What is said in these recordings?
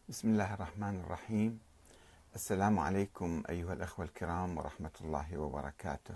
بسم الله الرحمن الرحيم. السلام عليكم أيها الأخوة الكرام ورحمة الله وبركاته.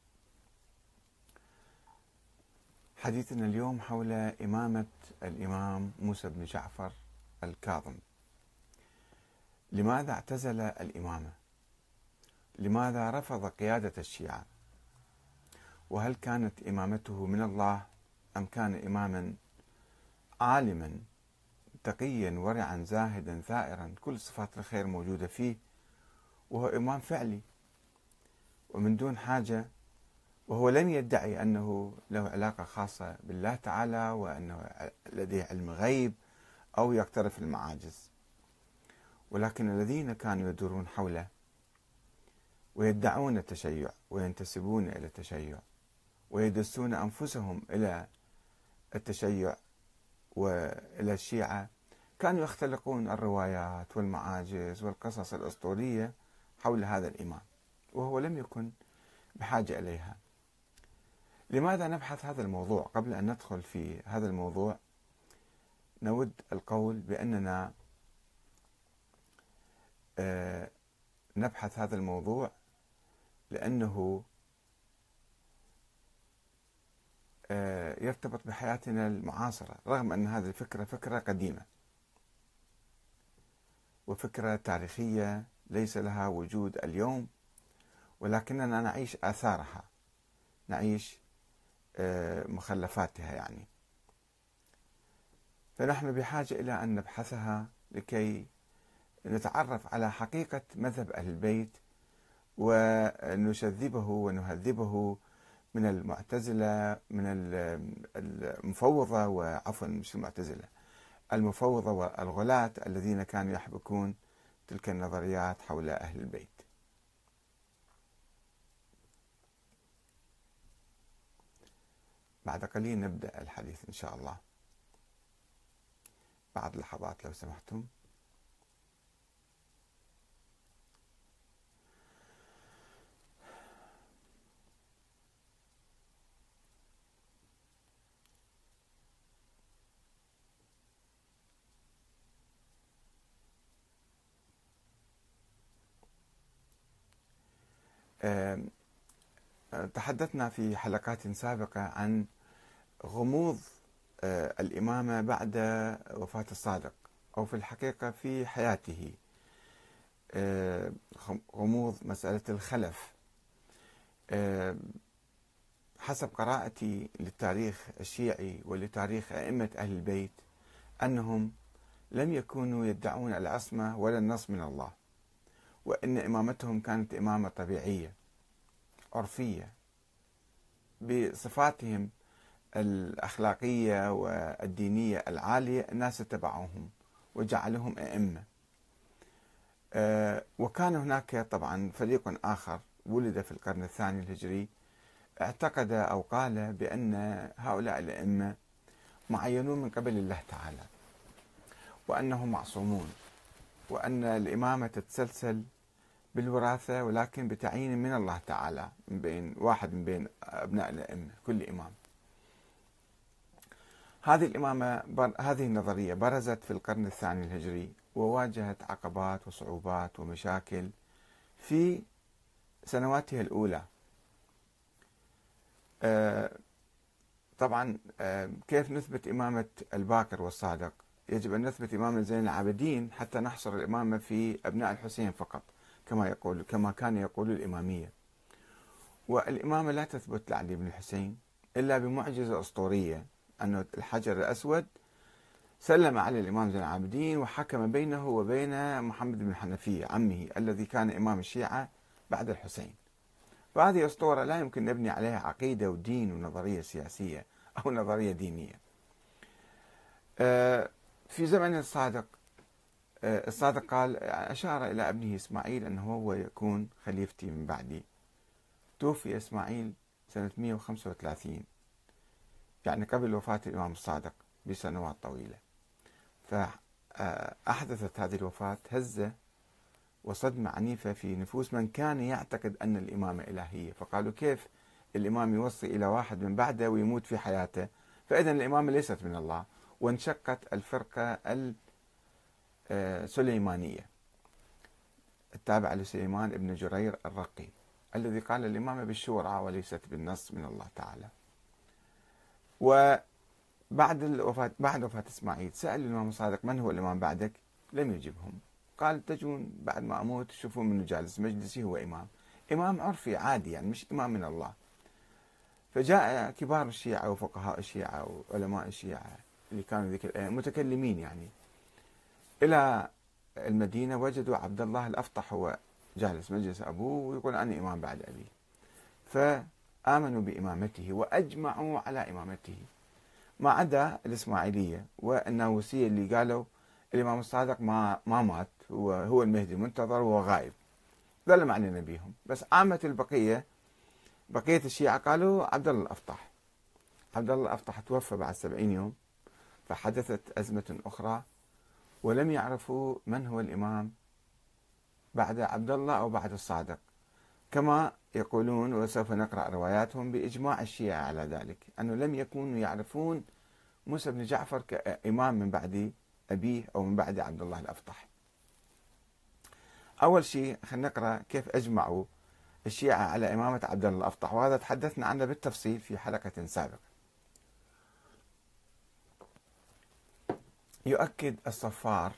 حديثنا اليوم حول إمامة الإمام موسى بن جعفر الكاظم. لماذا اعتزل الإمامة؟ لماذا رفض قيادة الشيعة؟ وهل كانت إمامته من الله أم كان إماما عالما تقيا ورعا زاهدا ثائرا كل صفات الخير موجودة فيه، وهو إمام فعلي ومن دون حاجة، وهو لم يدعي أنه له علاقة خاصة بالله تعالى وأنه لديه علم غيب أو يقترف المعاجز، ولكن الذين كانوا يدورون حوله ويدعون التشيع وينتسبون إلى التشيع ويدسون أنفسهم إلى التشيع وإلى الشيعة كانوا يختلقون الروايات والمعاجز والقصص الأسطورية حول هذا الإمام، وهو لم يكن بحاجة إليها. لماذا نبحث هذا الموضوع؟ قبل أن ندخل في هذا الموضوع نود القول بأننا نبحث هذا الموضوع لأنه يرتبط بحياتنا المعاصرة، رغم أن هذه الفكرة فكرة قديمة وفكرة تاريخية ليس لها وجود اليوم، ولكننا نعيش آثارها، نعيش مخلفاتها يعني. فنحن بحاجة إلى أن نبحثها لكي نتعرف على حقيقة مذهب أهل البيت ونشذبه ونهذبه من المعتزلة، من المفوضة، وعفوا مش المعتزلة، المفوضة والغلاة الذين كانوا يحبكون تلك النظريات حول أهل البيت. بعد قليل نبدأ الحديث إن شاء الله، بعد لحظات لو سمحتم. تحدثنا في حلقات سابقة عن غموض الإمامة بعد وفاة الصادق، أو في الحقيقة في حياته، غموض مسألة الخلف. حسب قراءتي للتاريخ الشيعي ولتاريخ أئمة أهل البيت أنهم لم يكونوا يدعون العصمة ولا النص من الله، وأن إمامتهم كانت إمامة طبيعية عرفية بصفاتهم الأخلاقية والدينية العالية. الناس اتبعوهم وجعلهم أئمة. وكان هناك طبعا فريق آخر ولد في القرن الثاني الهجري اعتقد أو قال بأن هؤلاء الأئمة معينون من قبل الله تعالى، وأنهم معصومون، وأن الإمامة تتسلسل بالوراثة ولكن بتعيين من الله تعالى من بين واحد من بين أبناء الأئمة كل إمام. هذه الإمامة، هذه النظرية برزت في القرن الثاني الهجري وواجهت عقبات وصعوبات ومشاكل في سنواتها الأولى. طبعا كيف نثبت إمامة الباقر والصادق؟ يجب أن نثبت إمامة زين العابدين حتى نحصر الإمامة في أبناء الحسين فقط، كما كان يقول الإمامية. والإمامة لا تثبت لعلي بن الحسين إلا بمعجزة أسطورية، أن الحجر الأسود سلم على الإمام زين العابدين وحكم بينه وبين محمد بن الحنفية عمه الذي كان إمام الشيعة بعد الحسين. فهذه أسطورة لا يمكن نبني عليها عقيدة ودين ونظرية سياسية أو نظرية دينية. في زمن الصادق، الصادق قال، أشار إلى ابنه إسماعيل أنه هو يكون خليفتي من بعدي. توفي إسماعيل سنة 135، يعني قبل وفاة الإمام الصادق بسنوات طويلة. فأحدثت هذه الوفاة هزة وصدمة عنيفة في نفوس من كان يعتقد أن الإمامة إلهية، فقالوا كيف الإمام يوصي إلى واحد من بعده ويموت في حياته؟ فإذا الإمامة ليست من الله. وانشقت الفرقة سليمانية التابعة لسليمان بن جرير الرقي الذي قال الإمامة بالشورى وليست بالنص من الله تعالى. بعد وفاة إسماعيل سأل الإمام الصادق من هو الإمام بعدك؟ لم يجبهم، قال تجون بعد ما أموت تشوفون منه جالس مجلسي هو إمام عرفي عادي، يعني مش إمام من الله. فجاء كبار الشيعة وفقهاء الشيعة وعلماء الشيعة اللي كانوا ذيك الأيام متكلمين يعني إلى المدينة، وجدوا عبد الله الأفطح هو جالس مجلس أبوه ويقول أنا إمام بعد أبي، فآمنوا بإمامته وأجمعوا على إمامته، ما عدا الإسماعيلية والناووسية اللي قالوا الإمام الصادق ما مات، هو المهدي المنتظر وهو غائب، ظل معلنا بيهم. بس عامة بقية الشيعة قالوا عبد الله الأفطح. عبد الله الأفطح توفى بعد 70 يوم، فحدثت أزمة أخرى ولم يعرفوا من هو الإمام بعد عبد الله أو بعد الصادق، كما يقولون وسوف نقرأ رواياتهم بإجماع الشيعة على ذلك، أنه لم يكونوا يعرفون موسى بن جعفر كإمام من بعد أبيه أو من بعد عبد الله الأفطح. أول شيء خلينا نقرأ كيف أجمعوا الشيعة على إمامة عبد الله الأفطح، وهذا تحدثنا عنه بالتفصيل في حلقة سابقة. يؤكد الصفار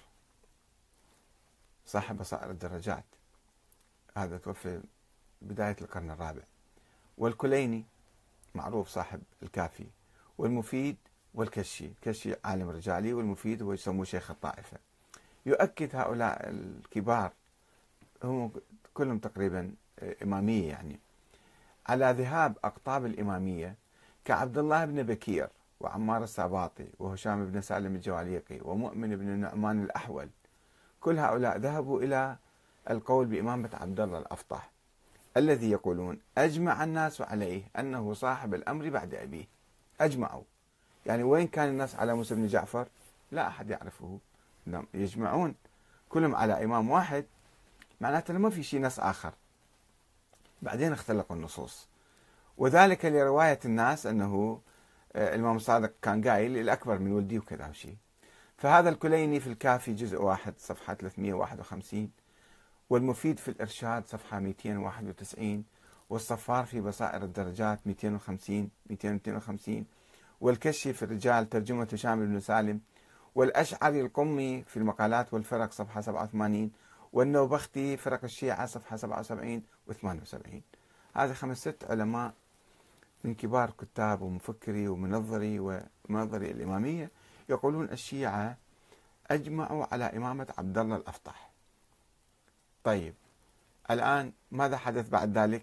صاحب بصائر الدرجات، هذا توفي بداية القرن الرابع، والكليني معروف صاحب الكافي، والمفيد والكشي، كشي عالم رجالي والمفيد هو يسموه شيخ الطائفة. يؤكد هؤلاء الكبار هم كلهم تقريبا إمامية يعني على ذهاب أقطاب الإمامية كعبد الله بن بكير وعمار الساباطي وهشام بن سالم الجواليقي ومؤمن بن النعمان الأحول، كل هؤلاء ذهبوا إلى القول بإمامة عبد الله الأفطح الذي يقولون أجمع الناس عليه أنه صاحب الأمر بعد أبيه. أجمعوا، يعني وين كان الناس على موسى بن جعفر؟ لا أحد يعرفه، يجمعون كلهم على إمام واحد، معناته ما في شيء نص آخر. بعدين اختلقوا النصوص، وذلك لرواية الناس أنه الإمام الصادق كان قايل الأكبر من ولدي وكذا شيء. فهذا الكليني في الكافي جزء 1 صفحة 351، والمفيد في الإرشاد صفحة 291، والصفار في بصائر الدرجات 250، والكشي في الرجال ترجمة هشام بن سالم، والأشعري القمي في المقالات والفرق صفحة 87، والنوبختي فرق الشيعة صفحة 77 و78. هذه 5 علماء من كبار كتاب ومفكري ومنظري ومنظري الإمامية يقولون الشيعة أجمعوا على إمامة عبد الله الأفطح. طيب الآن ماذا حدث بعد ذلك؟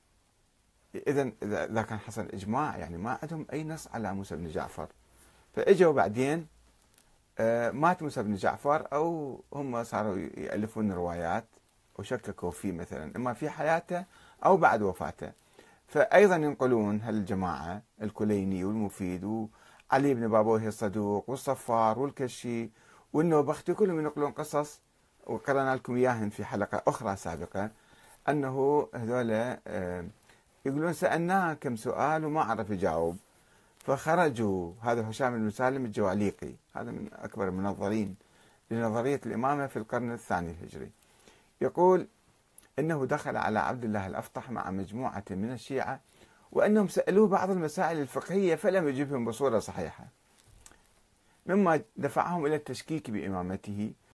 إذا كان حصل إجماع يعني ما عندهم أي نص على موسى بن جعفر، فإجوا بعدين مات موسى بن جعفر أو هم صاروا يألفون روايات وشككوا فيه مثلا إما في حياته أو بعد وفاته، فأيضا ينقلون هالجماعة الكليني والمفيد وعلي بن بابويه الصدوق والصفار والكشي والنوبختي كلهم ينقلون قصص، وقرأنا لكم إياهن في حلقة أخرى سابقة، أنه هذول يقولون سألناه كم سؤال وما عرف يجاوب فخرجوا. هذا هشام بن سالم الجواليقي، هذا من أكبر المنظرين لنظرية الإمامة في القرن الثاني الهجري، يقول إنه دخل على عبد الله الأفطح مع مجموعة من الشيعة وأنهم سألوه بعض المسائل الفقهية فلم يجبهم بصورة صحيحة، مما دفعهم إلى التشكيك بإمامته